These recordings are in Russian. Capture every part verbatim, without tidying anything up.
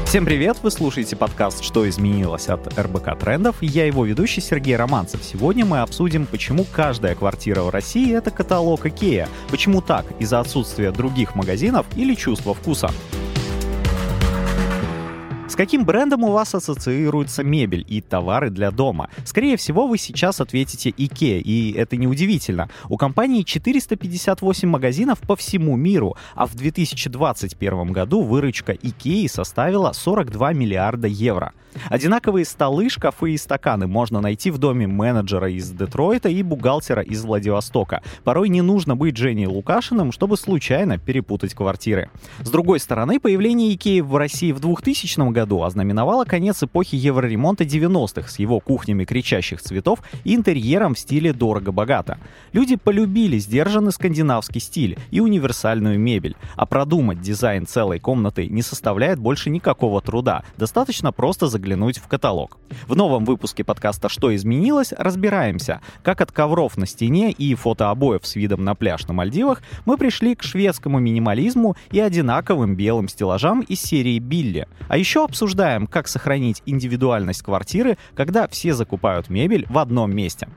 Всем привет! Вы слушаете подкаст «Что изменилось» от эр бэ ка Трендов. Я его ведущий Сергей Романцев. Сегодня мы обсудим, почему каждая квартира в России — это каталог IKEA. Почему так? Из-за отсутствия других магазинов или чувства вкуса? С каким брендом у вас ассоциируется мебель и товары для дома? Скорее всего, вы сейчас ответите IKEA, и это неудивительно. У компании четыреста пятьдесят восемь магазинов по всему миру, а в две тысячи двадцать первом году выручка IKEA составила сорок два миллиарда евро. Одинаковые столы, шкафы и стаканы можно найти в доме менеджера из Детройта и бухгалтера из Владивостока. Порой не нужно быть Женей Лукашиным, чтобы случайно перепутать квартиры. С другой стороны, появление IKEA в России в двухтысячном году ознаменовало конец эпохи евроремонта девяностых с его кухнями кричащих цветов и интерьером в стиле дорого-богато. Люди полюбили сдержанный скандинавский стиль и универсальную мебель, а продумать дизайн целой комнаты не составляет больше никакого труда, достаточно просто заглянуть в каталог. В новом выпуске подкаста «Что изменилось?» разбираемся, как от ковров на стене и фотообоев с видом на пляж на Мальдивах мы пришли к шведскому минимализму и одинаковым белым стеллажам из серии Билли. А еще обсуждаем, как сохранить индивидуальность квартиры, когда все закупают мебель в одном месте.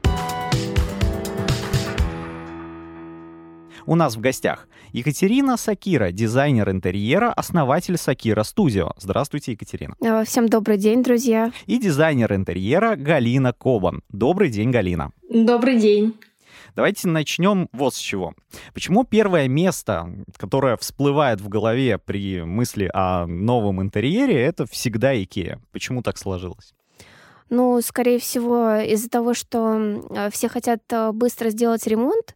У нас в гостях Екатерина Сакира, дизайнер интерьера, основатель Сакира Студио. Здравствуйте, Екатерина. Всем добрый день, друзья. И дизайнер интерьера Галина Кобан. Добрый день, Галина. Добрый день. Давайте начнем вот с чего. Почему первое место, которое всплывает в голове при мысли о новом интерьере, это всегда IKEA? Почему так сложилось? Ну, скорее всего, из-за того, что все хотят быстро сделать ремонт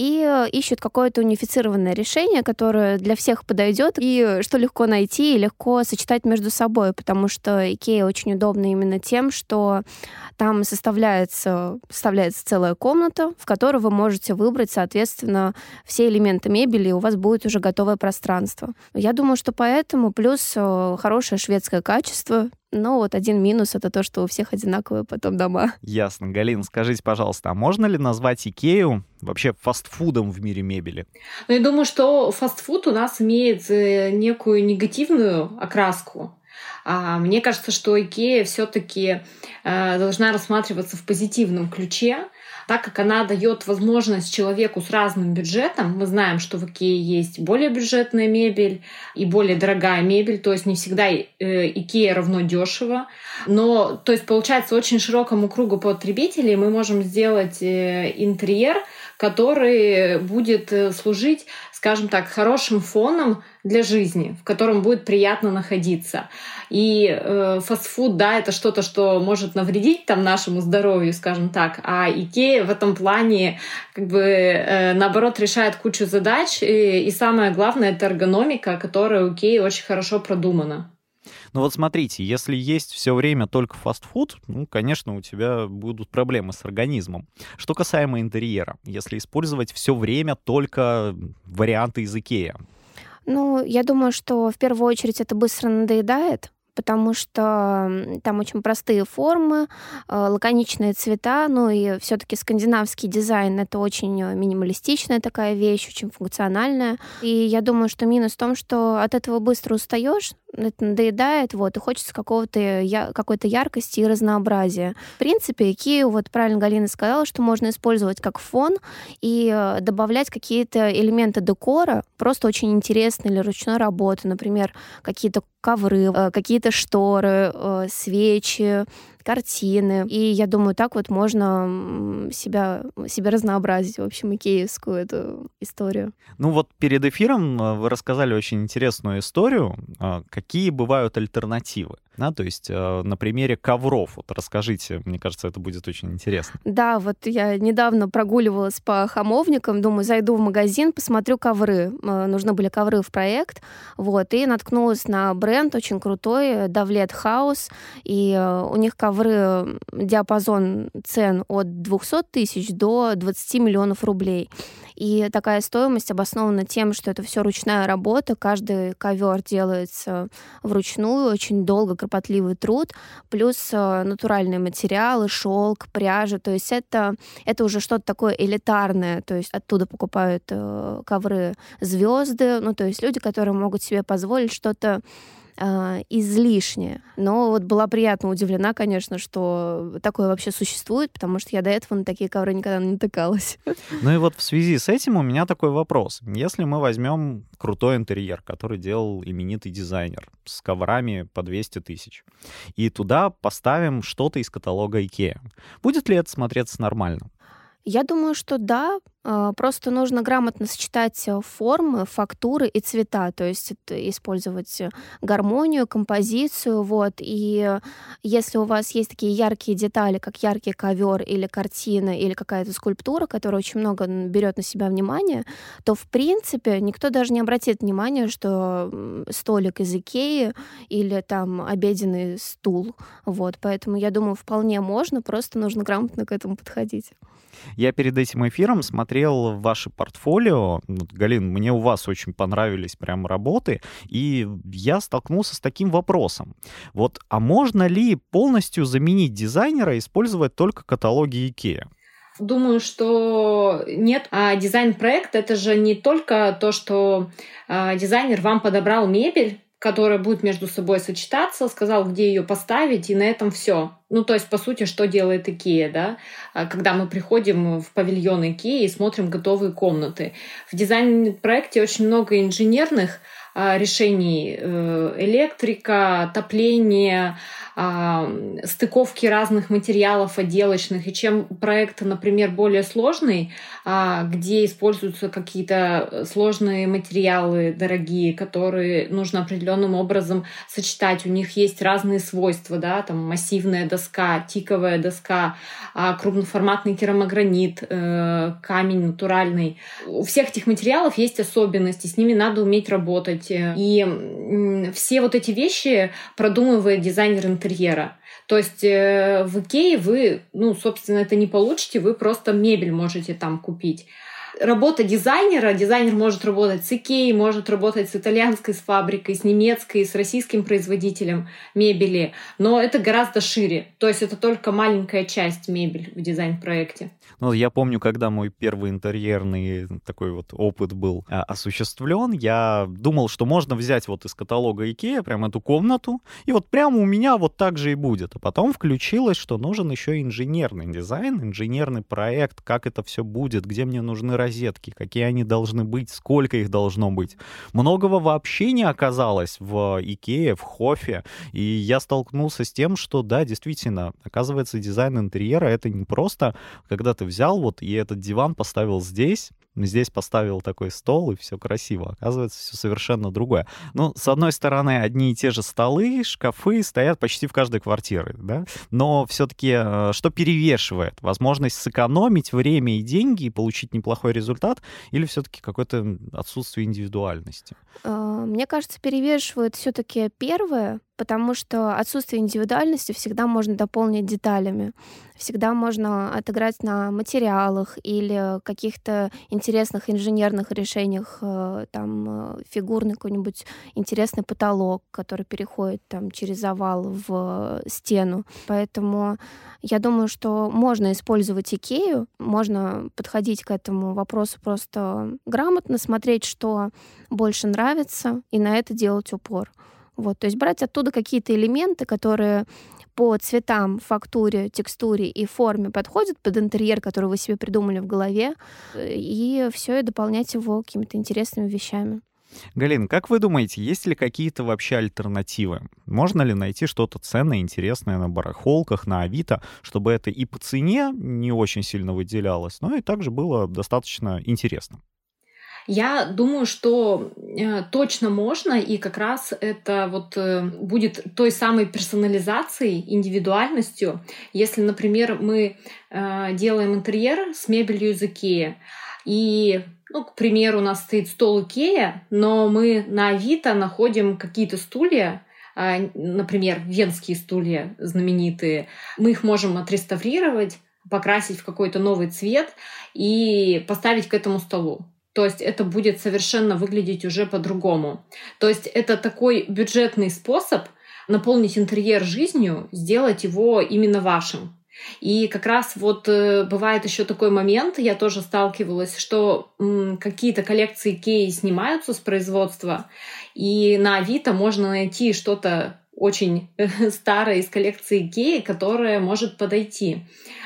и ищут какое-то унифицированное решение, которое для всех подойдет и что легко найти и легко сочетать между собой, потому что IKEA очень удобно именно тем, что там составляется, составляется целая комната, в которой вы можете выбрать, соответственно, все элементы мебели, и у вас будет уже готовое пространство. Я думаю, что поэтому плюс хорошее шведское качество. Но вот один минус — это то, что у всех одинаковые потом дома. Ясно. Галина, скажите, пожалуйста, а можно ли назвать IKEA вообще фастфудом в мире мебели? Ну, я думаю, что фастфуд у нас имеет некую негативную окраску. А мне кажется, что IKEA все-таки э, должна рассматриваться в позитивном ключе, так как она дает возможность человеку с разным бюджетом. Мы знаем, что в IKEA есть более бюджетная мебель и более дорогая мебель, то есть не всегда IKEA равно дешево. Но, то есть, получается, очень широкому кругу потребителей мы можем сделать интерьер, который будет служить, скажем так, хорошим фоном для жизни, в котором будет приятно находиться. И э, фастфуд, да, это что-то, что может навредить там нашему здоровью, скажем так, а IKEA в этом плане как бы э, наоборот решает кучу задач, и, и самое главное — это эргономика, которая у IKEA очень хорошо продумана. Ну вот смотрите, если есть все время только фастфуд, ну, конечно, у тебя будут проблемы с организмом. Что касаемо интерьера, если использовать все время только варианты из IKEA? Ну, я думаю, что в первую очередь это быстро надоедает, потому что там очень простые формы, лаконичные цвета, ну и все-таки скандинавский дизайн — это очень минималистичная такая вещь, очень функциональная. И я думаю, что минус в том, что от этого быстро устаешь, это надоедает, вот, и хочется какого-то, я, какой-то яркости и разнообразия. В принципе, IKEA, вот правильно Галина сказала, что можно использовать как фон и добавлять какие-то элементы декора, просто очень интересные или ручной работы, например, какие-то ковры, какие-то шторы, свечи, картины. И я думаю, так вот можно себя, себя разнообразить, в общем, икеевскую эту историю. Ну вот перед эфиром вы рассказали очень интересную историю, какие бывают альтернативы. Да, то есть э, на примере ковров. Вот расскажите, мне кажется, это будет очень интересно. Да, вот я недавно прогуливалась по Хамовникам, думаю, зайду в магазин, посмотрю ковры. Э, нужны были ковры в проект, вот, и наткнулась на бренд очень крутой, Davlet House, и э, у них ковры, диапазон цен от двухсот тысяч до двадцати миллионов рублей. И такая стоимость обоснована тем, что это все ручная работа, каждый ковер делается вручную, очень долго, кропотливый труд, плюс натуральные материалы, шелк, пряжа, то есть это, это уже что-то такое элитарное, то есть оттуда покупают ковры звезды, ну то есть люди, которые могут себе позволить что-то э, излишне. Но вот была приятно удивлена, конечно, что такое вообще существует, потому что я до этого на такие ковры никогда не натыкалась. Ну и вот в связи с этим у меня такой вопрос. Если мы возьмем крутой интерьер, который делал именитый дизайнер с коврами по двести тысяч, и туда поставим что-то из каталога IKEA, будет ли это смотреться нормально? Я думаю, что да. Просто нужно грамотно сочетать формы, фактуры и цвета, то есть это использовать гармонию, композицию, вот. И если у вас есть такие яркие детали, как яркий ковер или картина, или какая-то скульптура, которая очень много берет на себя внимания, то, в принципе, никто даже не обратит внимания, что столик из Икеи или там обеденный стул, вот. Поэтому, я думаю, вполне можно, просто нужно грамотно к этому подходить. Я перед этим эфиром смотрел ваше портфолио. Галин, мне у вас очень понравились прям работы, и я столкнулся с таким вопросом. Вот, а можно ли полностью заменить дизайнера, используя только каталоги IKEA? Думаю, что нет. А дизайн-проект — это же не только то, что а, дизайнер вам подобрал мебель, которая будет между собой сочетаться, сказал, где ее поставить, и на этом все. Ну, то есть, по сути, что делает IKEA, да? Когда мы приходим в павильон IKEA и смотрим готовые комнаты. В дизайн-проекте очень много инженерных решений: электрика, отопление, стыковки разных материалов отделочных. И чем проект, например, более сложный, где используются какие-то сложные материалы дорогие, которые нужно определенным образом сочетать, у них есть разные свойства, да, там массивная доска, тиковая доска, крупноформатный керамогранит, камень натуральный. У всех этих материалов есть особенности, с ними надо уметь работать. И все вот эти вещи продумывает дизайнер интерьера. То есть в IKEA вы, ну, собственно, это не получите, вы просто мебель можете там купить. Работа дизайнера, дизайнер может работать с IKEA, может работать с итальянской с фабрикой, с немецкой, с российским производителем мебели, но это гораздо шире. То есть это только маленькая часть мебели в дизайн-проекте. Ну, я помню, когда мой первый интерьерный такой вот опыт был а, осуществлен, я думал, что можно взять вот из каталога IKEA прям эту комнату, и вот прямо у меня вот так же и будет. А потом включилось, что нужен еще инженерный дизайн, инженерный проект, как это все будет, где мне нужны розетки, какие они должны быть, сколько их должно быть. Многого вообще не оказалось в IKEA, в Хофе, и я столкнулся с тем, что да, действительно, оказывается, дизайн интерьера — это не просто, когда ты взял вот и этот диван поставил здесь, здесь поставил такой стол, и все красиво. Оказывается, все совершенно другое. Ну, с одной стороны, одни и те же столы, шкафы стоят почти в каждой квартире, да? Но все-таки что перевешивает? Возможность сэкономить время и деньги и получить неплохой результат, или все-таки какое-то отсутствие индивидуальности? Мне кажется, перевешивает все-таки первое, потому что отсутствие индивидуальности всегда можно дополнить деталями. Всегда можно отыграть на материалах или каких-то интересных инженерных решениях, там фигурный какой-нибудь интересный потолок, который переходит там через овал в стену. Поэтому я думаю, что можно использовать IKEA, можно подходить к этому вопросу просто грамотно, смотреть, что больше нравится, и на это делать упор. Вот, то есть брать оттуда какие-то элементы, которые по цветам, фактуре, текстуре и форме подходят под интерьер, который вы себе придумали в голове, и все, и дополнять его какими-то интересными вещами. Галин, как вы думаете, есть ли какие-то вообще альтернативы? Можно ли найти что-то ценное, интересное на барахолках, на Авито, чтобы это и по цене не очень сильно выделялось, но и также было достаточно интересно? Я думаю, что э, точно можно, и как раз это вот э, будет той самой персонализацией, индивидуальностью. Если, например, мы э, делаем интерьер с мебелью из IKEA, и, ну, к примеру, у нас стоит стол IKEA, но мы на Авито находим какие-то стулья, э, например, венские стулья знаменитые, мы их можем отреставрировать, покрасить в какой-то новый цвет и поставить к этому столу. То есть это будет совершенно выглядеть уже по-другому. То есть это такой бюджетный способ наполнить интерьер жизнью, сделать его именно вашим. И как раз вот э, бывает еще такой момент, я тоже сталкивалась, что м, какие-то коллекции Икеи снимаются с производства, и на Авито можно найти что-то очень старое из коллекции Икеи, которое может подойти.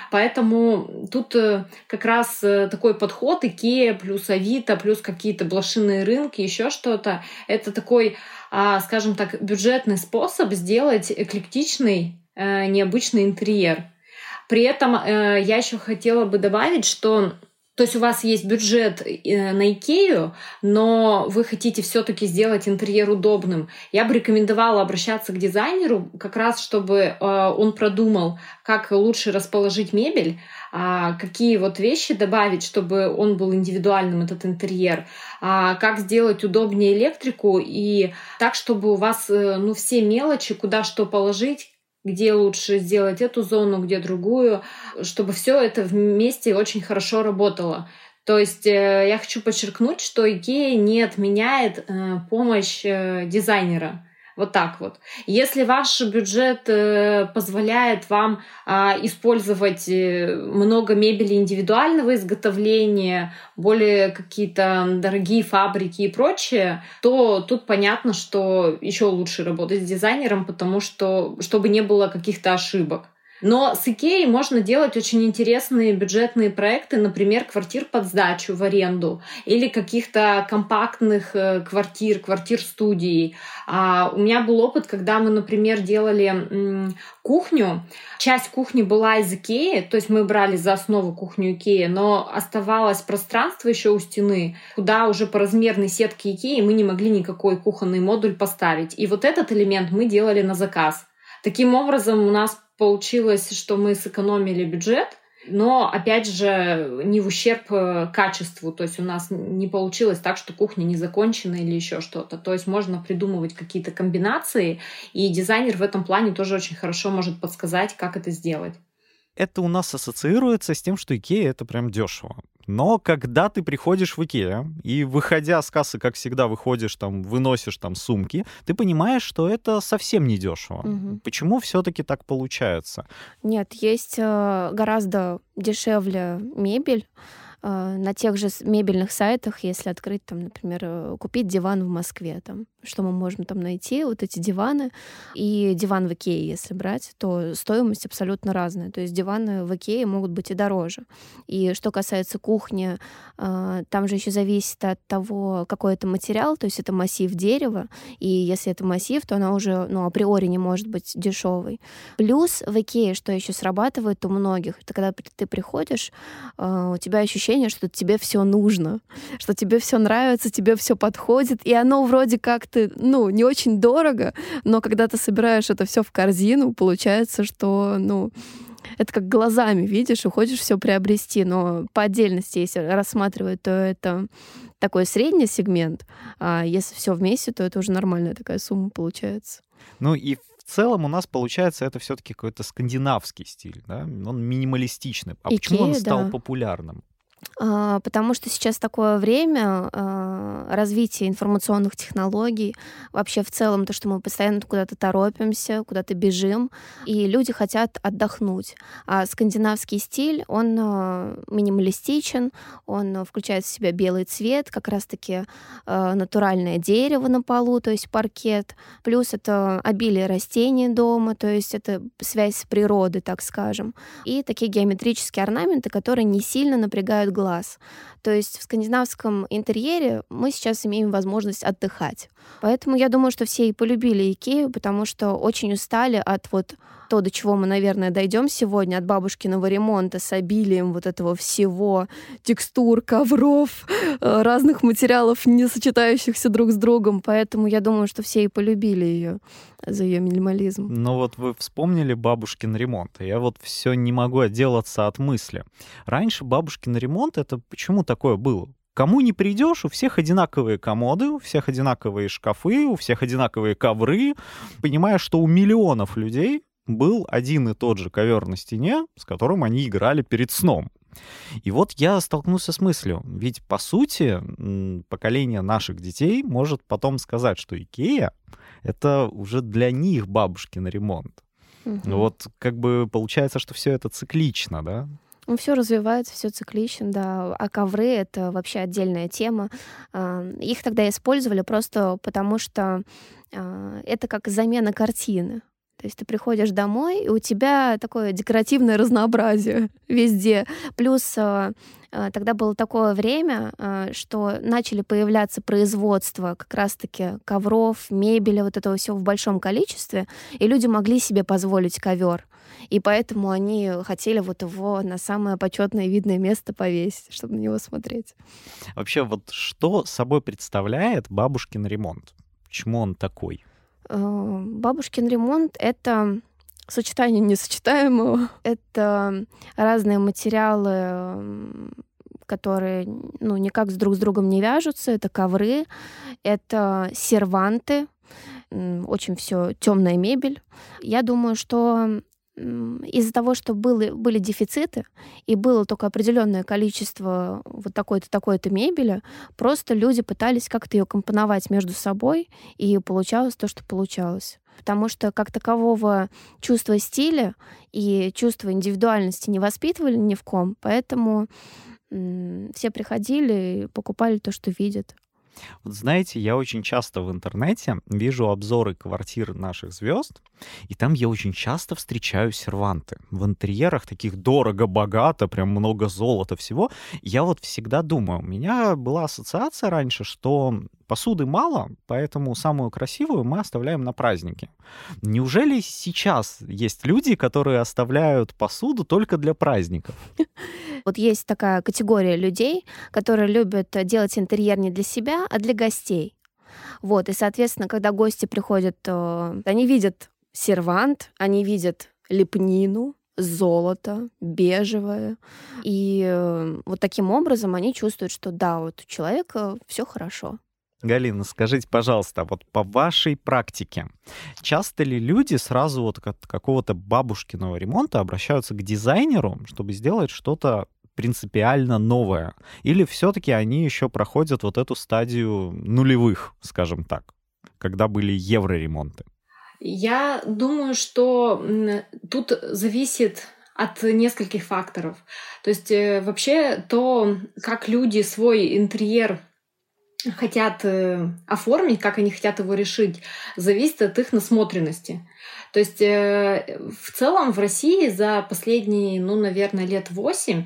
Поэтому тут э, как раз э, такой подход Икея плюс Авито, плюс какие-то блошиные рынки, еще что-то. Это такой, э, скажем так, бюджетный способ сделать эклектичный, э, необычный интерьер. При этом э, я еще хотела бы добавить, что то есть у вас есть бюджет э, на Икею, но вы хотите все-таки сделать интерьер удобным. Я бы рекомендовала обращаться к дизайнеру, как раз чтобы э, он продумал, как лучше расположить мебель, э, какие вот вещи добавить, чтобы он был индивидуальным, этот интерьер, э, как сделать удобнее электрику и так, чтобы у вас э, ну, все мелочи, куда что положить, где лучше сделать эту зону, где другую, чтобы все это вместе очень хорошо работало. То есть я хочу подчеркнуть, что Икея не отменяет помощь дизайнера. Вот так вот. Если ваш бюджет позволяет вам использовать много мебели индивидуального изготовления, более какие-то дорогие фабрики и прочее, то тут понятно, что еще лучше работать с дизайнером, потому что чтобы не было каких-то ошибок. Но с Икеей можно делать очень интересные бюджетные проекты, например, квартир под сдачу в аренду или каких-то компактных квартир, квартир-студий. А у меня был опыт, когда мы, например, делали м, кухню. Часть кухни была из Икеи, то есть мы брали за основу кухню Икеи, но оставалось пространство еще у стены, куда уже по размерной сетке Икеи мы не могли никакой кухонный модуль поставить. И вот этот элемент мы делали на заказ. Таким образом, у нас получилось, что мы сэкономили бюджет, но, опять же, не в ущерб качеству. То есть у нас не получилось так, что кухня не закончена или еще что-то. То есть можно придумывать какие-то комбинации, и дизайнер в этом плане тоже очень хорошо может подсказать, как это сделать. Это у нас ассоциируется с тем, что Икея — это прям дешево. Но когда ты приходишь в Икеа и, выходя с кассы, как всегда, выходишь, там, выносишь там сумки, ты понимаешь, что это совсем не дешево. Угу. Почему все-таки так получается? Нет, есть э, гораздо дешевле мебель. На тех же мебельных сайтах, если открыть, там, например, купить диван в Москве, там, что мы можем там найти, вот эти диваны, и диван в Икее, если брать, то стоимость абсолютно разная. То есть диваны в Икее могут быть и дороже. И что касается кухни, там же еще зависит от того, какой это материал, то есть это массив дерева, и если это массив, то она уже, ну, априори не может быть дешевой. Плюс в Икее, что еще срабатывает у многих, это когда ты приходишь, у тебя ощущение, что тебе все нужно, что тебе все нравится, тебе все подходит, и оно вроде как-то, ну, не очень дорого, но когда ты собираешь это все в корзину, получается, что, ну, это как глазами видишь и хочешь все приобрести, но по отдельности, если рассматривать, то это такой средний сегмент, а если все вместе, то это уже нормальная такая сумма получается. Ну и в целом у нас получается это все-таки какой-то скандинавский стиль, да? Он минималистичный. А Икея, почему он стал да. популярным? Потому что сейчас такое время развития информационных технологий, вообще в целом то, что мы постоянно куда-то торопимся, куда-то бежим, и люди хотят отдохнуть. А скандинавский стиль, он минималистичен, он включает в себя белый цвет, как раз-таки натуральное дерево на полу, то есть паркет, плюс это обилие растений дома, то есть это связь с природой, так скажем, и такие геометрические орнаменты, которые не сильно напрягают глаз. То есть в скандинавском интерьере мы сейчас имеем возможность отдыхать. Поэтому я думаю, что все и полюбили Икею, потому что очень устали от вот то, до чего мы, наверное, дойдем сегодня, от бабушкиного ремонта с обилием вот этого всего, текстур, ковров, разных материалов, не сочетающихся друг с другом. Поэтому я думаю, что все и полюбили ее за ее минимализм. Ну вот вы вспомнили бабушкин ремонт. Я вот все не могу отделаться от мысли. Раньше бабушкин ремонт — это почему такое было? Кому не придешь, у всех одинаковые комоды, у всех одинаковые шкафы, у всех одинаковые ковры. Понимаешь, что у миллионов людей был один и тот же ковер на стене, с которым они играли перед сном. И вот я столкнулся с мыслью, ведь, по сути, поколение наших детей может потом сказать, что Икея — это уже для них бабушкин ремонт. Угу. Вот как бы получается, что все это циклично, да? Ну, все развивается, все циклично, да. А ковры — это вообще отдельная тема. Их тогда использовали просто потому, что это как замена картины. То есть ты приходишь домой, и у тебя такое декоративное разнообразие везде. Плюс тогда было такое время, что начали появляться производства как раз-таки ковров, мебели, вот этого всего в большом количестве, и люди могли себе позволить ковер. И поэтому они хотели вот его на самое почетное и видное место повесить, чтобы на него смотреть. Вообще, вот что собой представляет бабушкин ремонт? Почему он такой? Бабушкин ремонт — это сочетание несочетаемого. Это разные материалы, которые ну, никак друг с другом не вяжутся. Это ковры, это серванты, очень все темная мебель. Я думаю, что из-за того, что были, были дефициты и было только определенное количество вот такой-то, такой-то мебели, просто люди пытались как-то ее компоновать между собой, и получалось то, что получалось. Потому что как такового чувства стиля и чувства индивидуальности не воспитывали ни в ком, поэтому м- все приходили и покупали то, что видят. Вот знаете, я очень часто в интернете вижу обзоры квартир наших звезд, и там я очень часто встречаю серванты. В интерьерах таких дорого-богато, прям много золота всего. Я вот всегда думаю, у меня была ассоциация раньше, что посуды мало, поэтому самую красивую мы оставляем на праздники. Неужели сейчас есть люди, которые оставляют посуду только для праздников? Вот есть такая категория людей, которые любят делать интерьер не для себя, а для гостей. Вот, и, соответственно, когда гости приходят, то они видят сервант, они видят лепнину, золото, бежевое. И вот таким образом они чувствуют, что да, вот у человека все хорошо. Галина, скажите, пожалуйста, вот по вашей практике, часто ли люди сразу вот от какого-то бабушкиного ремонта обращаются к дизайнеру, чтобы сделать что-то принципиально новое? Или все-таки они еще проходят вот эту стадию нулевых, скажем так, когда были евроремонты? Я думаю, что тут зависит от нескольких факторов. То есть вообще то, как люди свой интерьер хотят э, оформить, как они хотят его решить, зависит от их насмотренности. То есть э, в целом в России за последние, ну, наверное, лет восемь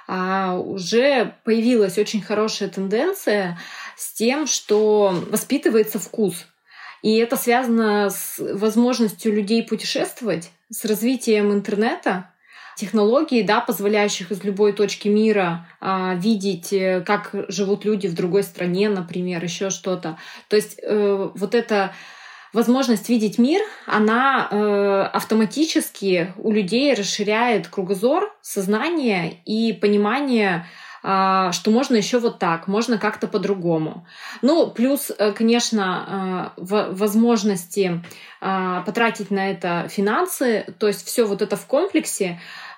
э, уже появилась очень хорошая тенденция с тем, что воспитывается вкус. И это связано с возможностью людей путешествовать, с развитием интернета, технологий, да, позволяющих из любой точки мира а, видеть, как живут люди в другой стране, например, еще что-то. То есть э, вот эта возможность видеть мир, она э, автоматически у людей расширяет кругозор, сознание и понимание, э, что можно еще вот так, можно как-то по-другому. Ну, плюс, э, конечно, э, в- возможности э, потратить на это финансы, то есть все вот это в комплексе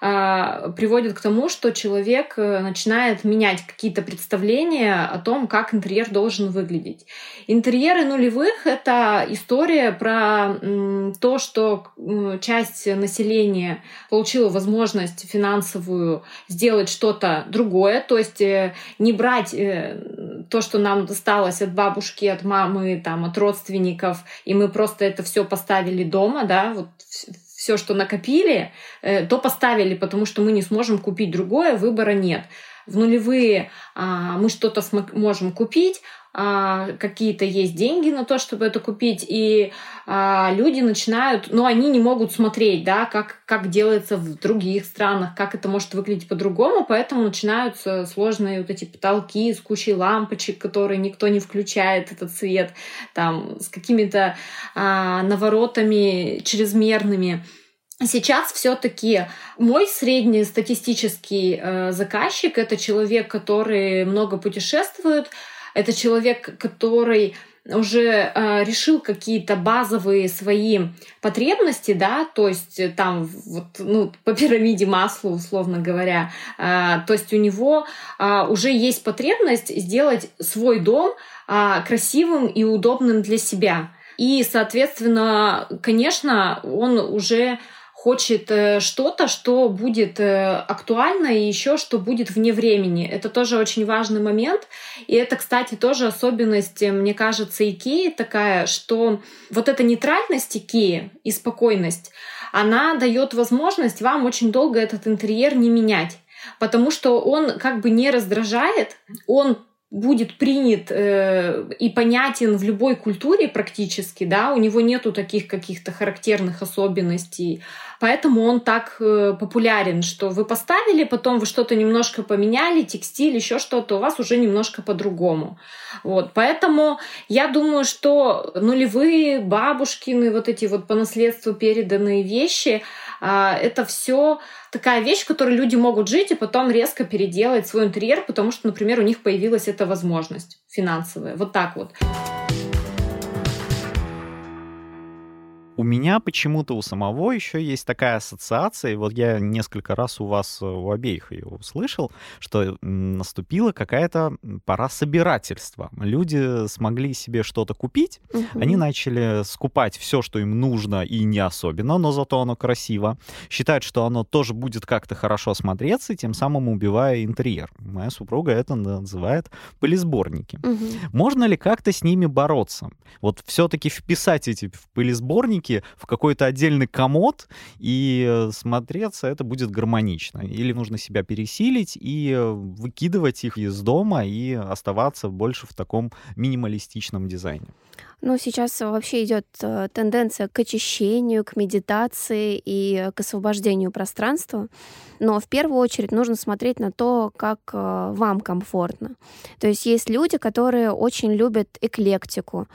приводит к тому, что человек начинает менять какие-то представления о том, как интерьер должен выглядеть. Интерьеры нулевых — это история про то, что часть населения получила возможность финансовую сделать что-то другое, то есть не брать то, что нам досталось от бабушки, от мамы, там, от родственников, и мы просто это все поставили дома, да, вот все, что накопили, то поставили, потому что мы не сможем купить другое, выбора нет. В нулевые а, мы что-то см- можем купить, а, какие-то есть деньги на то, чтобы это купить, и а, люди начинают, но они не могут смотреть, да, как, как делается в других странах, как это может выглядеть по-другому, поэтому начинаются сложные вот эти потолки с кучей лампочек, которые никто не включает, этот свет, там, с какими-то а, наворотами чрезмерными. Сейчас все-таки мой среднестатистический э, заказчик — это человек, который много путешествует, это человек, который уже э, решил какие-то базовые свои потребности, да, то есть там вот, ну, по пирамиде Маслоу, условно говоря, э, то есть у него э, уже есть потребность сделать свой дом э, красивым и удобным для себя. И, соответственно, конечно, он уже хочет что-то, что будет актуально и еще что будет вне времени. Это тоже очень важный момент. И это, кстати, тоже особенность, мне кажется, Икеи такая, что вот эта нейтральность Икеи и спокойность, она дает возможность вам очень долго этот интерьер не менять. Потому что он как бы не раздражает, он будет принят э, и понятен в любой культуре практически, да, у него нету таких каких-то характерных особенностей, поэтому он так э, популярен, что вы поставили, потом вы что-то немножко поменяли, текстиль, еще что-то, у вас уже немножко по-другому. Вот, поэтому я думаю, что нулевые, бабушкины, вот эти вот по наследству переданные вещи, э, это все такая вещь, в которой люди могут жить и потом резко переделать свой интерьер, потому что, например, у них появилась эта возможность финансовая. Вот так вот. У меня почему-то у самого еще есть такая ассоциация, и вот я несколько раз у вас, у обеих ее услышал, что наступила какая-то пора собирательства. Люди смогли себе что-то купить, угу. Они начали скупать все, что им нужно, и не особенно, но зато оно красиво. Считают, что оно тоже будет как-то хорошо смотреться, тем самым убивая интерьер. Моя супруга это называет пылесборники. Угу. Можно ли как-то с ними бороться? Вот все-таки вписать эти пылесборники в какой-то отдельный комод, и смотреться это будет гармонично. Или нужно себя пересилить и выкидывать их из дома и оставаться больше в таком минималистичном дизайне. Ну, сейчас вообще идет тенденция к очищению, к медитации и к освобождению пространства. Но в первую очередь нужно смотреть на то, как вам комфортно. То есть есть люди, которые очень любят эклектику.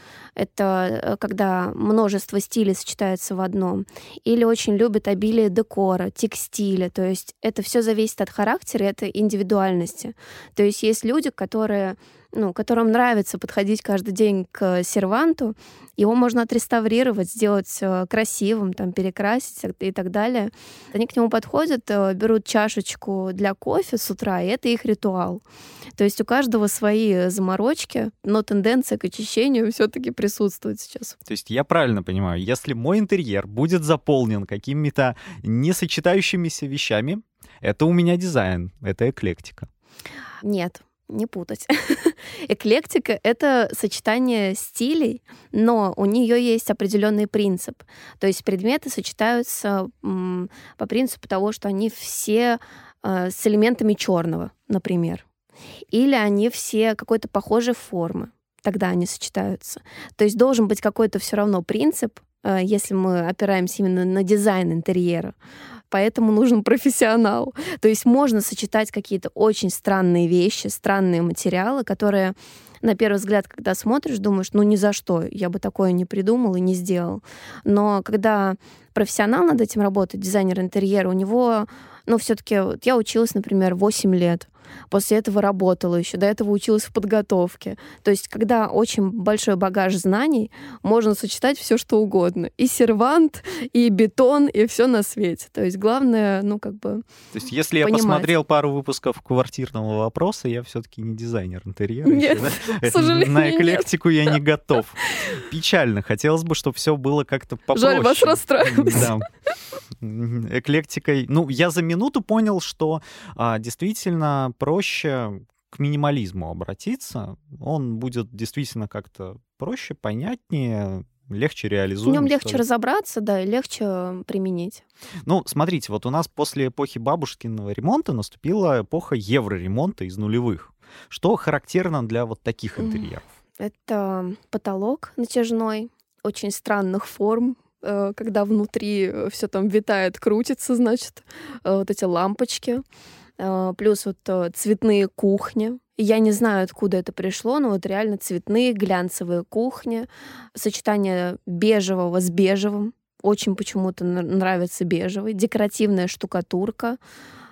Это когда множество стилей сочетается в одном. Или очень любят обилие декора, текстиля. То есть это все зависит от характера, это индивидуальности. То есть есть люди, которые... ну, которым нравится подходить каждый день к серванту, его можно отреставрировать, сделать красивым, там, перекрасить и так далее. Они к нему подходят, берут чашечку для кофе с утра, и это их ритуал. То есть у каждого свои заморочки, но тенденция к очищению все-таки присутствует сейчас. То есть я правильно понимаю, если мой интерьер будет заполнен какими-то несочетающимися вещами, это у меня дизайн, это эклектика? Нет. Не путать. Эклектика — это сочетание стилей, но у нее есть определенный принцип. То есть предметы сочетаются м, по принципу того, что они все э, с элементами черного, например. Или они все какой-то похожей формы. Тогда они сочетаются. То есть должен быть какой-то все равно принцип, э, если мы опираемся именно на дизайн интерьера. Поэтому нужен профессионал. То есть можно сочетать какие-то очень странные вещи, странные материалы, которые, на первый взгляд, когда смотришь, думаешь, ну ни за что, я бы такое не придумал и не сделал. Но когда профессионал над этим работает, дизайнер интерьера, у него, ну все-таки, вот я училась, например, восемь лет. После этого работала еще, до этого училась в подготовке. То есть, когда очень большой багаж знаний, можно сочетать все, что угодно. И сервант, и бетон, и все на свете. То есть, главное, ну, как бы То есть, если понимать. Я посмотрел пару выпусков «Квартирного вопроса», я все-таки не дизайнер интерьера. Нет, еще, да? к сожалению, На эклектику нет. я не готов. Печально. Хотелось бы, чтобы все было как-то попроще. Жаль вас расстраивать. Да. Эклектикой. Ну, я за минуту понял, что а, действительно проще к минимализму обратиться. Он будет действительно как-то проще, понятнее, легче реализуем. В нем легче разобраться, да, и легче применить. Ну, смотрите, вот у нас после эпохи бабушкиного ремонта наступила эпоха евроремонта из нулевых. Что характерно для вот таких интерьеров? Это потолок натяжной, очень странных форм, когда внутри все там витает, крутится, значит, вот эти лампочки. Плюс вот цветные кухни. Я не знаю, откуда это пришло, но вот реально цветные глянцевые кухни. Сочетание бежевого с бежевым. Очень почему-то нравится бежевый. Декоративная штукатурка. В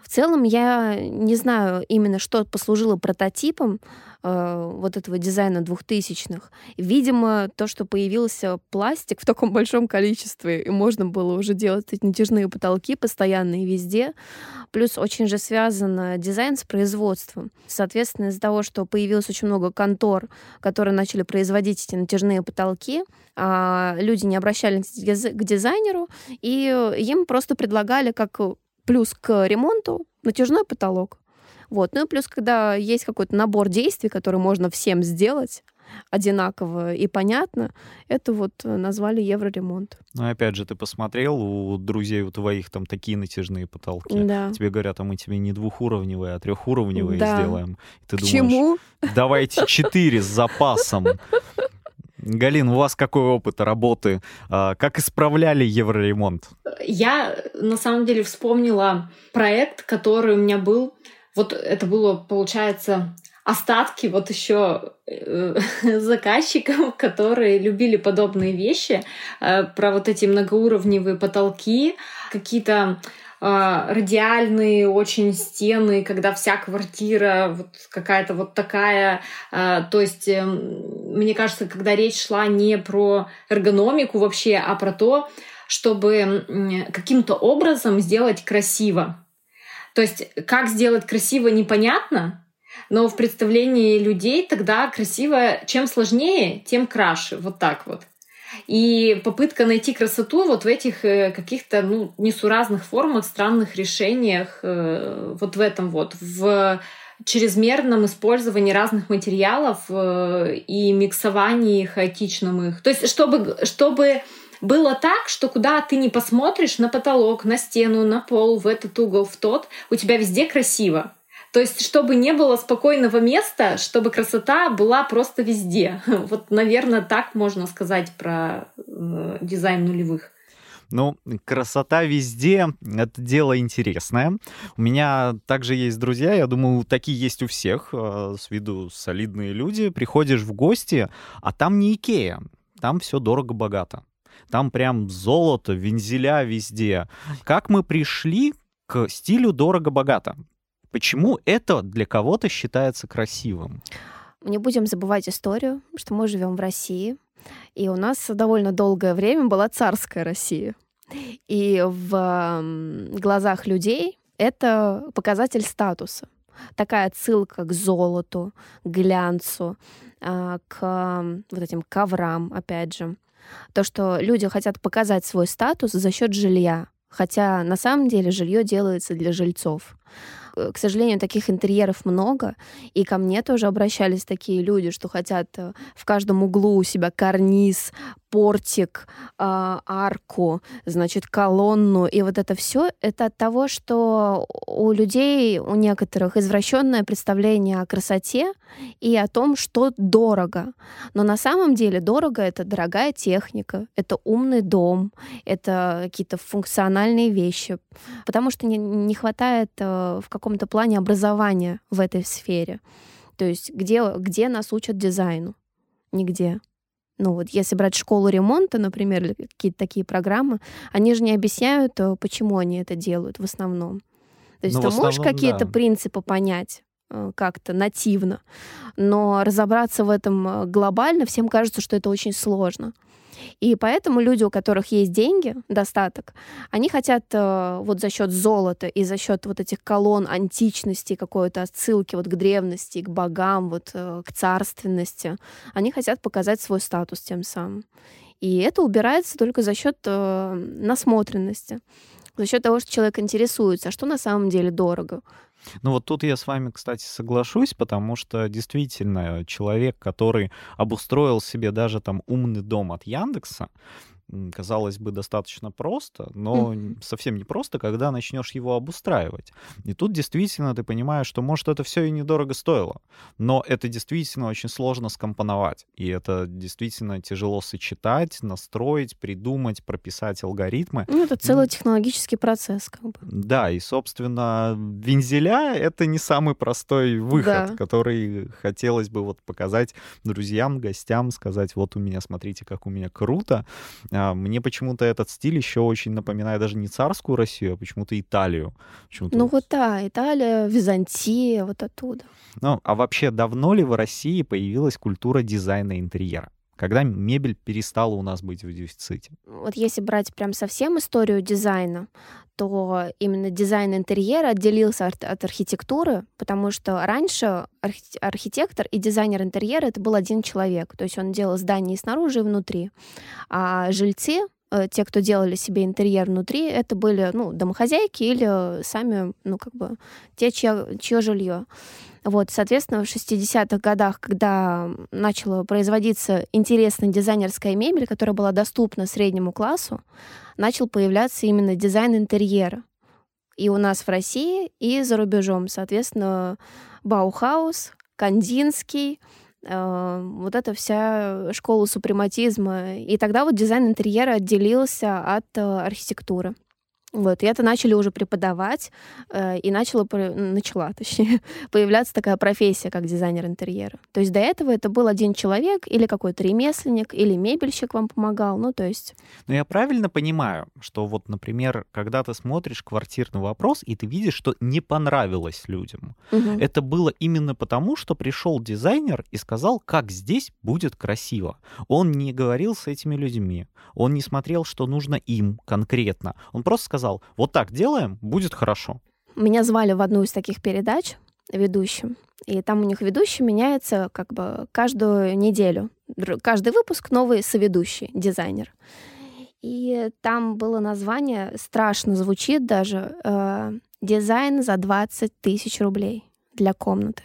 В целом, я не знаю именно, что послужило прототипом э, вот этого дизайна двухтысячных. Видимо, то, что появился пластик в таком большом количестве, и можно было уже делать эти натяжные потолки постоянно и везде. Плюс очень же связан дизайн с производством. Соответственно, из-за того, что появилось очень много контор, которые начали производить эти натяжные потолки, а люди не обращались к дизайнеру, и им просто предлагали как плюс к ремонту натяжной потолок. Вот. Ну и плюс, когда есть какой-то набор действий, который можно всем сделать одинаково и понятно, это вот назвали евроремонт. Ну, опять же, ты посмотрел, у друзей у твоих там такие натяжные потолки. Да. Тебе говорят, а мы тебе не двухуровневые, а трехуровневые да. сделаем. И ты К думаешь, чему? Давайте четыре с запасом. Галин, у вас какой опыт работы? Как исправляли евроремонт? Я, на самом деле, вспомнила проект, который у меня был. Вот это было, получается, остатки вот еще э, заказчиков, которые любили подобные вещи, э, про вот эти многоуровневые потолки, какие-то радиальные очень стены, когда вся квартира вот какая-то вот такая. То есть, мне кажется, когда речь шла не про эргономику вообще, а про то, чтобы каким-то образом сделать красиво. То есть, как сделать красиво, непонятно, но в представлении людей тогда красиво, чем сложнее, тем краше. Вот так вот. И попытка найти красоту вот в этих каких-то ну, несуразных формах, странных решениях, вот в этом вот, в чрезмерном использовании разных материалов и миксовании хаотичном их. То есть чтобы, чтобы было так, что куда ты не посмотришь, на потолок, на стену, на пол, в этот угол, в тот, у тебя везде красиво. То есть, чтобы не было спокойного места, чтобы красота была просто везде. Вот, наверное, так можно сказать про э, дизайн нулевых. Ну, красота везде — это дело интересное. У меня также есть друзья, я думаю, такие есть у всех, э, с виду солидные люди. Приходишь в гости, а там не Икея, там все дорого-богато. Там прям золото, вензеля везде. Как мы пришли к стилю дорого-богато? Почему это для кого-то считается красивым? Не будем забывать историю, что мы живем в России, и у нас довольно долгое время была царская Россия. И в глазах людей это показатель статуса. Такая отсылка к золоту, к глянцу, к вот этим коврам, опять же. То, что люди хотят показать свой статус за счет жилья, хотя на самом деле жилье делается для жильцов. К сожалению, таких интерьеров много, и ко мне тоже обращались такие люди, что хотят в каждом углу у себя карниз, портик, арку, значит, колонну. И вот это все это от того, что у людей, у некоторых извращенное представление о красоте и о том, что дорого. Но на самом деле дорого — это дорогая техника, это умный дом, это какие-то функциональные вещи, потому что не, не хватает в каком-то плане образования в этой сфере. То есть где, где нас учат дизайну? Нигде. Ну вот если брать школу ремонта, например, или какие-то такие программы, они же не объясняют, почему они это делают в основном. То есть ну, ты можешь какие-то да. принципы понять как-то нативно, но разобраться в этом глобально всем кажется, что это очень сложно. И поэтому люди, у которых есть деньги, достаток, они хотят э, вот за счет золота и за счет вот этих колонн античности, какой-то отсылки вот к древности, к богам, вот э, к царственности, они хотят показать свой статус тем самым. И это убирается только за счет э, насмотренности, за счет того, что человек интересуется, а что на самом деле дорого. Ну вот тут я с вами, кстати, соглашусь, потому что действительно человек, который обустроил себе даже там умный дом от Яндекса, казалось бы, достаточно просто, но mm-hmm. совсем не просто, когда начнешь его обустраивать. И тут действительно ты понимаешь, что, может, это все и недорого стоило, но это действительно очень сложно скомпоновать. И это действительно тяжело сочетать, настроить, придумать, прописать алгоритмы. Ну, это целый технологический процесс, как бы. Да, и, собственно, вензеля — это не самый простой выход, да. который хотелось бы вот показать друзьям, гостям, сказать, вот у меня, смотрите, как у меня круто. А, мне почему-то этот стиль еще очень напоминает даже не царскую Россию, а почему-то Италию. Почему-то Ну вот. вот да, Италия, Византия, вот оттуда. Ну, а вообще, давно ли в России появилась культура дизайна интерьера? Когда мебель перестала у нас быть в дефиците? Вот если брать прям совсем историю дизайна, то именно дизайн интерьера отделился от, от архитектуры, потому что раньше архи- архитектор и дизайнер интерьера это был один человек. То есть он делал здание и снаружи, и внутри. А жильцы, э, те, кто делали себе интерьер внутри, это были ну, домохозяйки или сами, ну, как бы, те, чье, чье жилье. Вот, соответственно, в шестидесятых годах, когда начала производиться интересная дизайнерская мебель, которая была доступна среднему классу, начал появляться именно дизайн интерьера. И у нас в России, и за рубежом. Соответственно, Баухаус, Кандинский, э, вот эта вся школа супрематизма. И тогда вот дизайн интерьера отделился от э, архитектуры. Вот, и это начали уже преподавать, э, и начала, начала, точнее, появляться такая профессия, как дизайнер интерьера. То есть до этого это был один человек или какой-то ремесленник, или мебельщик вам помогал, ну, то есть... Но я правильно понимаю, что вот, например, когда ты смотришь «Квартирный вопрос», и ты видишь, что не понравилось людям, Угу. это было именно потому, что пришел дизайнер и сказал, как здесь будет красиво. Он не говорил с этими людьми, он не смотрел, что нужно им конкретно. Он просто сказал, вот так делаем, будет хорошо. Меня звали в одну из таких передач ведущим, и там у них ведущий меняется как бы каждую неделю. Др- Каждый выпуск новый соведущий, дизайнер. И там было название, страшно звучит даже, э, «Дизайн за двадцать тысяч рублей для комнаты».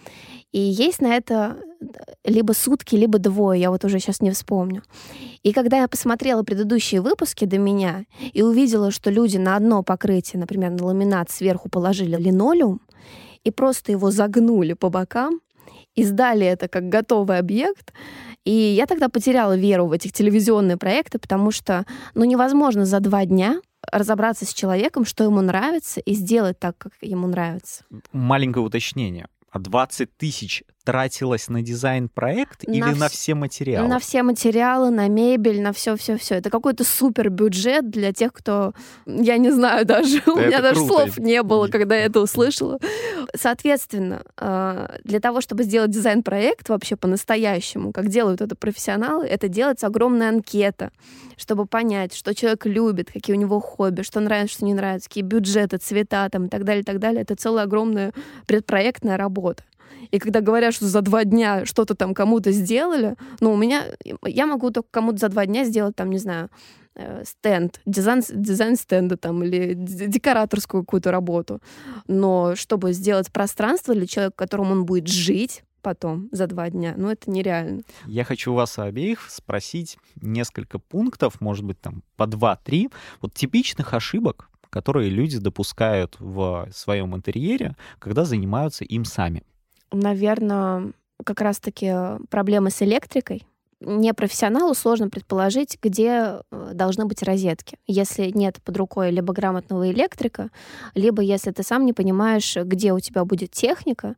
И есть на это либо сутки, либо двое, я вот уже сейчас не вспомню. И когда я посмотрела предыдущие выпуски до меня и увидела, что люди на одно покрытие, например, на ламинат сверху положили линолеум и просто его загнули по бокам и сдали это как готовый объект, и я тогда потеряла веру в этих телевизионные проекты, потому что ну, невозможно за два дня разобраться с человеком, что ему нравится, и сделать так, как ему нравится. Маленькое уточнение. А двадцать тысяч тратилось на дизайн-проект На или вс- на все материалы? На все материалы, на мебель, на все-все-все. Это какой-то супер бюджет для тех, кто... Я не знаю даже. У Это меня даже круто. слов не было, когда я это услышала. Соответственно, э, для того, чтобы сделать дизайн-проект вообще по-настоящему, как делают это профессионалы, это делается огромная анкета, чтобы понять, что человек любит, какие у него хобби, что нравится, что не нравится, какие бюджеты, цвета там, и так далее, и так далее. Это целая огромная предпроектная работа. И когда говорят, что за два дня что-то там кому-то сделали, ну, у меня... Я могу только кому-то за два дня сделать, там, не знаю, э, стенд, дизайн, дизайн стенда там, или д- декораторскую какую-то работу. Но чтобы сделать пространство для человека, в котором он будет жить потом за два дня, ну, это нереально. Я хочу у вас обеих спросить несколько пунктов, может быть, там по два-три, вот типичных ошибок, которые люди допускают в своем интерьере, когда занимаются им сами. Наверное, как раз-таки проблемы с электрикой. Непрофессионалу сложно предположить, где э, должны быть розетки, если нет под рукой либо грамотного электрика, либо если ты сам не понимаешь, где у тебя будет техника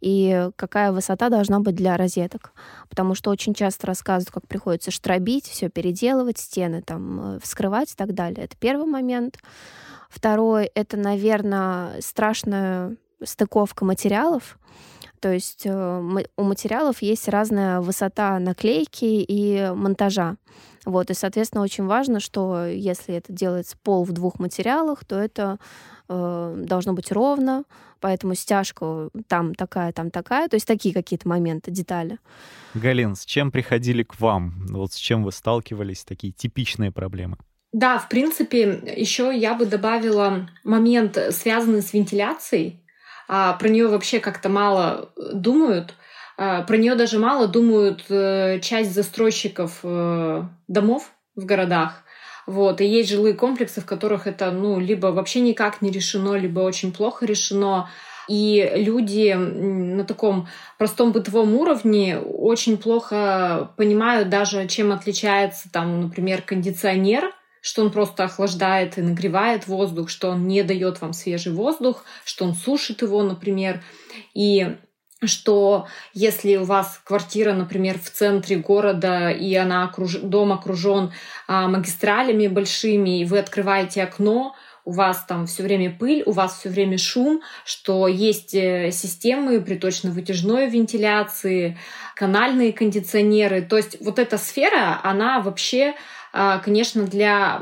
и какая высота должна быть для розеток. Потому что очень часто рассказывают, как приходится штробить, все переделывать, стены там э, вскрывать и так далее. Это первый момент. Второй — это, наверное, страшная стыковка материалов. То есть э, ма- у материалов есть разная высота наклейки и монтажа. Вот, и, соответственно, очень важно, что если это делается пол в двух материалах, то это э, должно быть ровно, поэтому стяжка там такая, там такая. То есть такие какие-то моменты, детали. Галин, с чем приходили к вам? Вот с чем вы сталкивались, такие типичные проблемы? Да, в принципе, еще я бы добавила момент, связанный с вентиляцией. А, про нее вообще как-то мало думают. А, про нее даже мало думают э, часть застройщиков э, домов в городах. Вот. И есть жилые комплексы, в которых это ну, либо вообще никак не решено, либо очень плохо решено. И люди на таком простом бытовом уровне очень плохо понимают даже, чем отличается, там, например, кондиционер, что он просто охлаждает и нагревает воздух, что он не дает вам свежий воздух, что он сушит его, например. И что если у вас квартира, например, в центре города, и она окруж... дом окружен а, магистралями большими, и вы открываете окно, у вас там все время пыль, у вас все время шум, что есть системы приточно-вытяжной вентиляции, канальные кондиционеры. То есть вот эта сфера, она вообще, конечно, для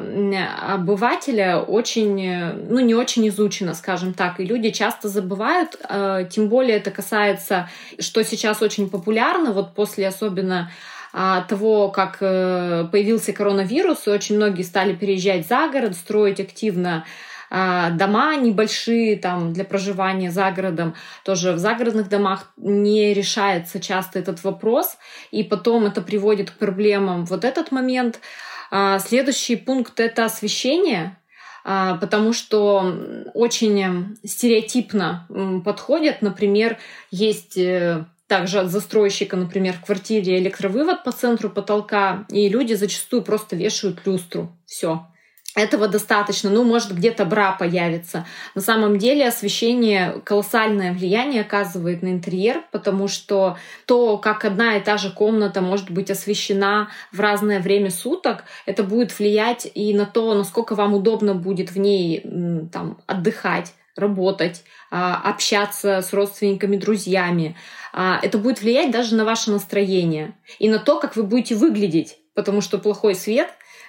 обывателя очень, ну, не очень изучена, скажем так. И люди часто забывают, тем более это касается, что сейчас очень популярно, вот после особенно того, как появился коронавирус, и очень многие стали переезжать за город, строить активно дома небольшие там, для проживания за городом. Тоже в загородных домах не решается часто этот вопрос, и потом это приводит к проблемам вот этот момент. Следующий пункт — это освещение, потому что очень стереотипно подходят. Например, есть также от застройщика, например, в квартире электровывод по центру потолка, и люди зачастую просто вешают люстру. Все. Этого достаточно. Ну, может, где-то бра появится. На самом деле освещение колоссальное влияние оказывает на интерьер, потому что то, как одна и та же комната может быть освещена в разное время суток, это будет влиять и на то, насколько вам удобно будет в ней там, отдыхать, работать, общаться с родственниками, друзьями. Это будет влиять даже на ваше настроение и на то, как вы будете выглядеть, потому что плохой свет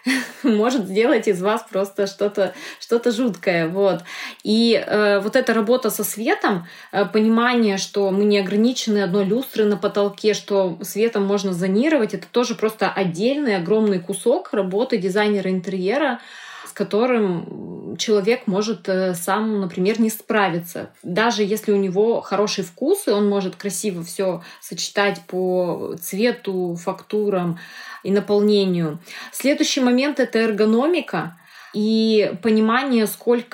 может сделать из вас просто что-то, что-то жуткое. Вот. И э, вот эта работа со светом, э, понимание, что мы не ограничены одной люстрой на потолке, что светом можно зонировать, это тоже просто отдельный огромный кусок работы дизайнера интерьера, с которым человек может сам, например, не справиться. Даже если у него хороший вкус, и он может красиво все сочетать по цвету, фактурам и наполнению. Следующий момент — это эргономика и понимание,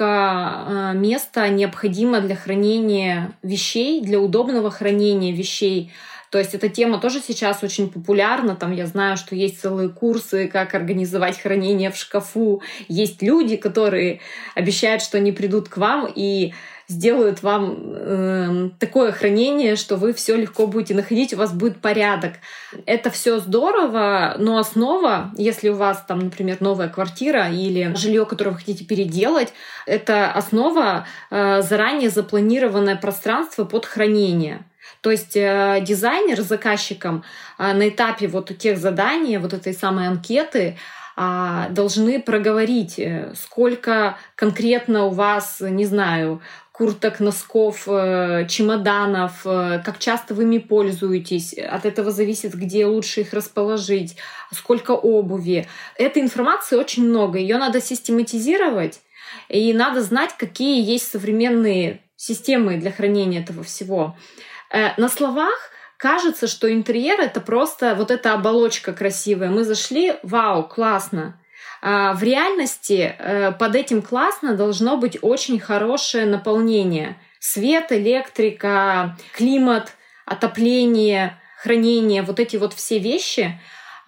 сколько места необходимо для хранения вещей, для удобного хранения вещей. То есть эта тема тоже сейчас очень популярна. Там я знаю, что есть целые курсы, как организовать хранение в шкафу. Есть люди, которые обещают, что они придут к вам и сделают вам э, такое хранение, что вы все легко будете находить, у вас будет порядок. Это все здорово, но основа, если у вас там, например, новая квартира или жилье, которое вы хотите переделать, это основа э, заранее запланированное пространство под хранение. То есть э, дизайнер с заказчиком э, на этапе вот тех заданий, вот этой самой анкеты, э, должны проговорить, э, сколько конкретно у вас, не знаю, курток, носков, э, чемоданов, э, как часто вы ими пользуетесь. От этого зависит, где лучше их расположить, сколько обуви. Этой информации очень много, ее надо систематизировать, и надо знать, какие есть современные системы для хранения этого всего. На словах кажется, что интерьер — это просто вот эта оболочка красивая. Мы зашли, вау, классно. А в реальности под этим классно должно быть очень хорошее наполнение. Свет, электрика, климат, отопление, хранение, вот эти вот все вещи.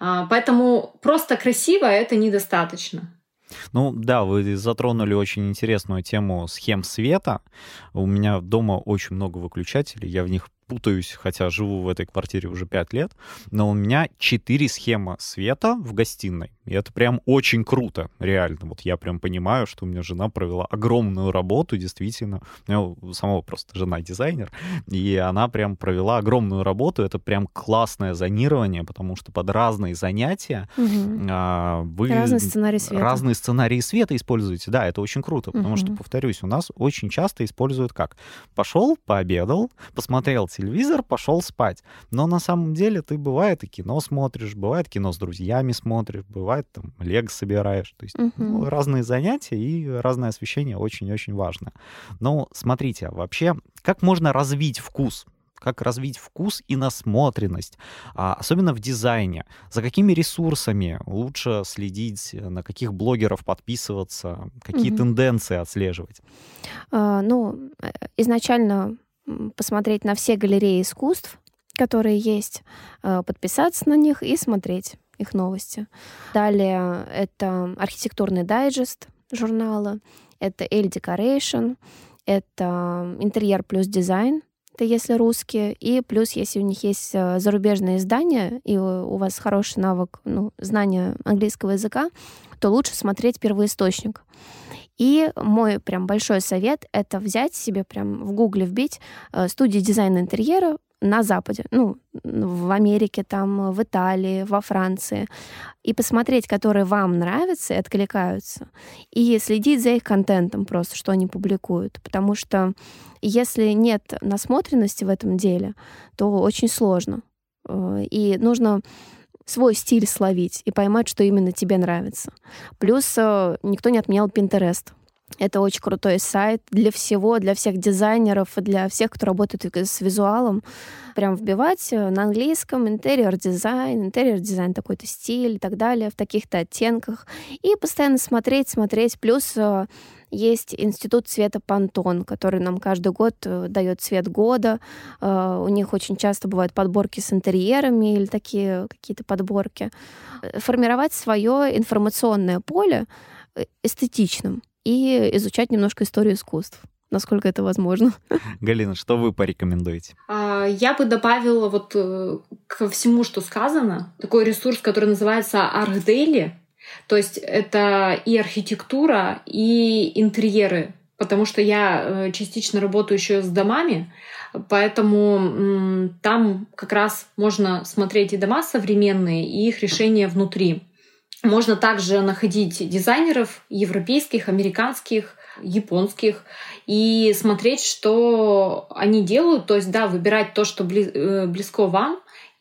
Поэтому просто красиво — это недостаточно. Ну да, вы затронули очень интересную тему схем света. У меня дома очень много выключателей, я в них путаюсь, хотя живу в этой квартире уже пять лет, но у меня четыре схемы света в гостиной. И это прям очень круто, реально. Вот я прям понимаю, что у меня жена провела огромную работу, действительно. У меня самого просто жена дизайнер, и она прям провела огромную работу. Это прям классное зонирование, потому что под разные занятия угу. а, вы... Разный сценарий света. Разные сценарии света используете. Да, это очень круто, потому угу. что, повторюсь, у нас очень часто используют как? Пошел, пообедал, посмотрел телевизор, пошел спать. Но на самом деле ты, бывает, и кино смотришь, бывает, кино с друзьями смотришь, бывает, там, лего собираешь. То есть uh-huh. ну, разные занятия и разное освещение очень-очень важно. Но смотрите, вообще, как можно развить вкус? Как развить вкус и насмотренность, а, особенно в дизайне. За какими ресурсами лучше следить, на каких блогеров подписываться, какие uh-huh. тенденции отслеживать? Uh, ну, изначально посмотреть на все галереи искусств, которые есть, подписаться на них и смотреть их новости. Далее это архитектурный дайджест журнала, это Elle Decoration, это интерьер плюс дизайн, это если русские, и плюс, если у них есть зарубежные издания, и у вас хороший навык, ну, знания английского языка, то лучше смотреть первоисточник. И мой прям большой совет — это взять себе прям в гугле вбить студии дизайна интерьера на Западе, ну, в Америке, там, в Италии, во Франции, и посмотреть, которые вам нравятся и откликаются, и следить за их контентом просто, что они публикуют. Потому что если нет насмотренности в этом деле, то очень сложно. И нужно свой стиль словить и поймать, что именно тебе нравится. Плюс никто не отменял Pinterest. Это очень крутой сайт для всего, для всех дизайнеров, для всех, кто работает с визуалом. Прям вбивать на английском интерьер-дизайн, интерьер-дизайн такой-то стиль и так далее, в таких-то оттенках. И постоянно смотреть, смотреть. Плюс есть Институт цвета Pantone, который нам каждый год дает цвет года. У них очень часто бывают подборки с интерьерами или такие какие-то подборки. Формировать свое информационное поле эстетичным и изучать немножко историю искусств, насколько это возможно. Галина, что вы порекомендуете? Я бы добавила вот ко всему, что сказано, такой ресурс, который называется ArchDaily. То есть это и архитектура, и интерьеры, потому что я частично работаю еще с домами, поэтому там как раз можно смотреть и дома современные, и их решения внутри. Можно также находить дизайнеров европейских, американских, японских и смотреть, что они делают. То есть, да, выбирать то, что близко вам,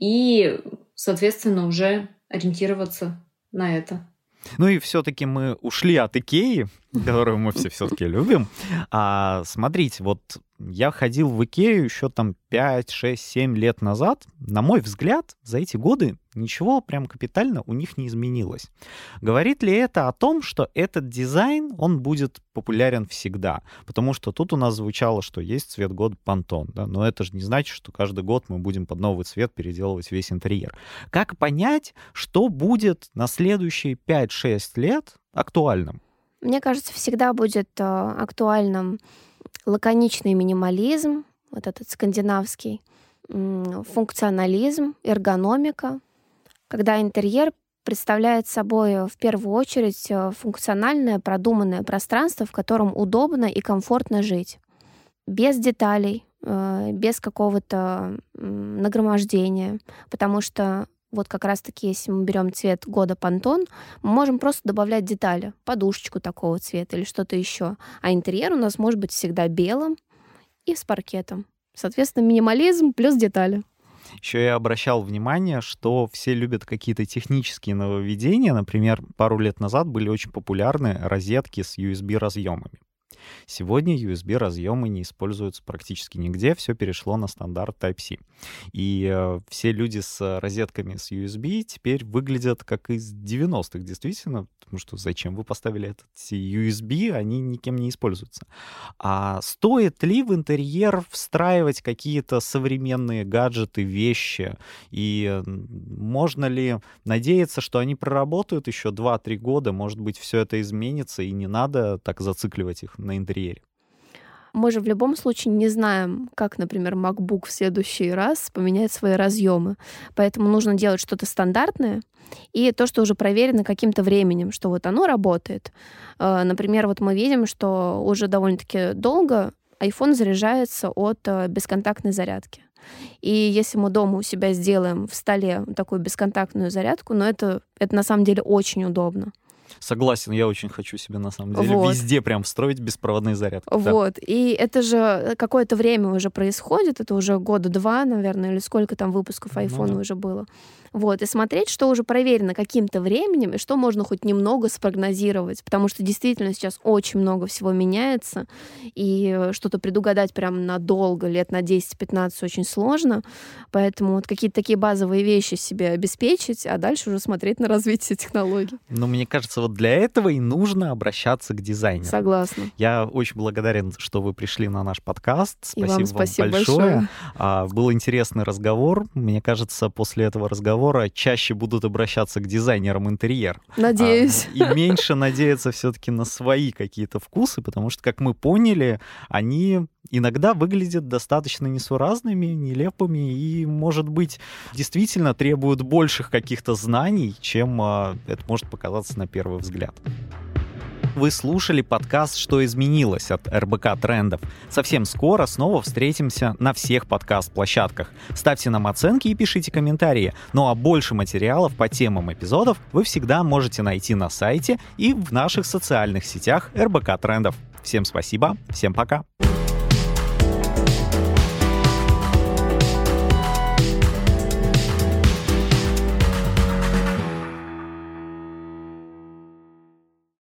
и, соответственно, уже ориентироваться на это. Ну и все-таки мы ушли от Икеи, которую мы все все-таки любим. А, смотрите, вот я ходил в Икею еще там пять, шесть, семь лет назад. На мой взгляд, за эти годы ничего прям капитально у них не изменилось. Говорит ли это о том, что этот дизайн, он будет популярен всегда? Потому что тут у нас звучало, что есть цвет года Pantone, да? Но это же не значит, что каждый год мы будем под новый цвет переделывать весь интерьер. Как понять, что будет на следующие пять-шесть лет актуальным? Мне кажется, всегда будет э, актуальным лаконичный минимализм, вот этот скандинавский, м- функционализм, эргономика, когда интерьер представляет собой в первую очередь функциональное, продуманное пространство, в котором удобно и комфортно жить. Без деталей, э, без какого-то э, нагромождения, потому что вот как раз-таки, если мы берем цвет года Pantone, мы можем просто добавлять детали, подушечку такого цвета или что-то еще. А интерьер у нас может быть всегда белым и с паркетом. Соответственно, минимализм плюс детали. Еще я обращал внимание, что все любят какие-то технические нововведения. Например, пару лет назад были очень популярны розетки с ю эс би-разъемами. Сегодня ю эс би-разъемы не используются практически нигде, все перешло на стандарт Type-C. И э, все люди с розетками с ю эс би теперь выглядят как из девяностых, действительно, потому что зачем вы поставили этот ю эс би, они никем не используются. А стоит ли в интерьер встраивать какие-то современные гаджеты, вещи? И можно ли надеяться, что они проработают еще два-три года, может быть, все это изменится, и не надо так зацикливать их на интерьере? Мы же в любом случае не знаем, как, например, MacBook в следующий раз поменяет свои разъемы. Поэтому нужно делать что-то стандартное и то, что уже проверено каким-то временем, что вот оно работает. Например, вот мы видим, что уже довольно-таки долго iPhone заряжается от бесконтактной зарядки. И если мы дома у себя сделаем в столе такую бесконтактную зарядку, но это, это на самом деле очень удобно. Согласен, я очень хочу себе, на самом деле, вот. везде прям встроить беспроводные зарядки. Вот, да. И это же какое-то время уже происходит, это уже года два, наверное, или сколько там выпусков айфона ну, да. уже было. Вот, и смотреть, что уже проверено каким-то временем, и что можно хоть немного спрогнозировать, потому что действительно сейчас очень много всего меняется, и что-то предугадать прям надолго, лет на десять-пятнадцать очень сложно, поэтому вот какие-то такие базовые вещи себе обеспечить, а дальше уже смотреть на развитие технологий. Ну, мне кажется, вот для этого и нужно обращаться к дизайнеру. Согласна. Я очень благодарен, что вы пришли на наш подкаст. Спасибо, и вам, спасибо вам большое. большое. А, был интересный разговор. Мне кажется, после этого разговора чаще будут обращаться к дизайнерам интерьера. Надеюсь. А, и меньше надеяться все-таки на свои какие-то вкусы, потому что, как мы поняли, они иногда выглядят достаточно несуразными, нелепыми и, может быть, действительно требуют больших каких-то знаний, чем а, это может показаться на первый взгляд. Вы слушали подкаст «Что изменилось» от эр бэ ка Трендов. Совсем скоро снова встретимся на всех подкаст-площадках. Ставьте нам оценки и пишите комментарии. Ну а больше материалов по темам эпизодов вы всегда можете найти на сайте и в наших социальных сетях эр бэ ка Трендов. Всем спасибо, всем пока.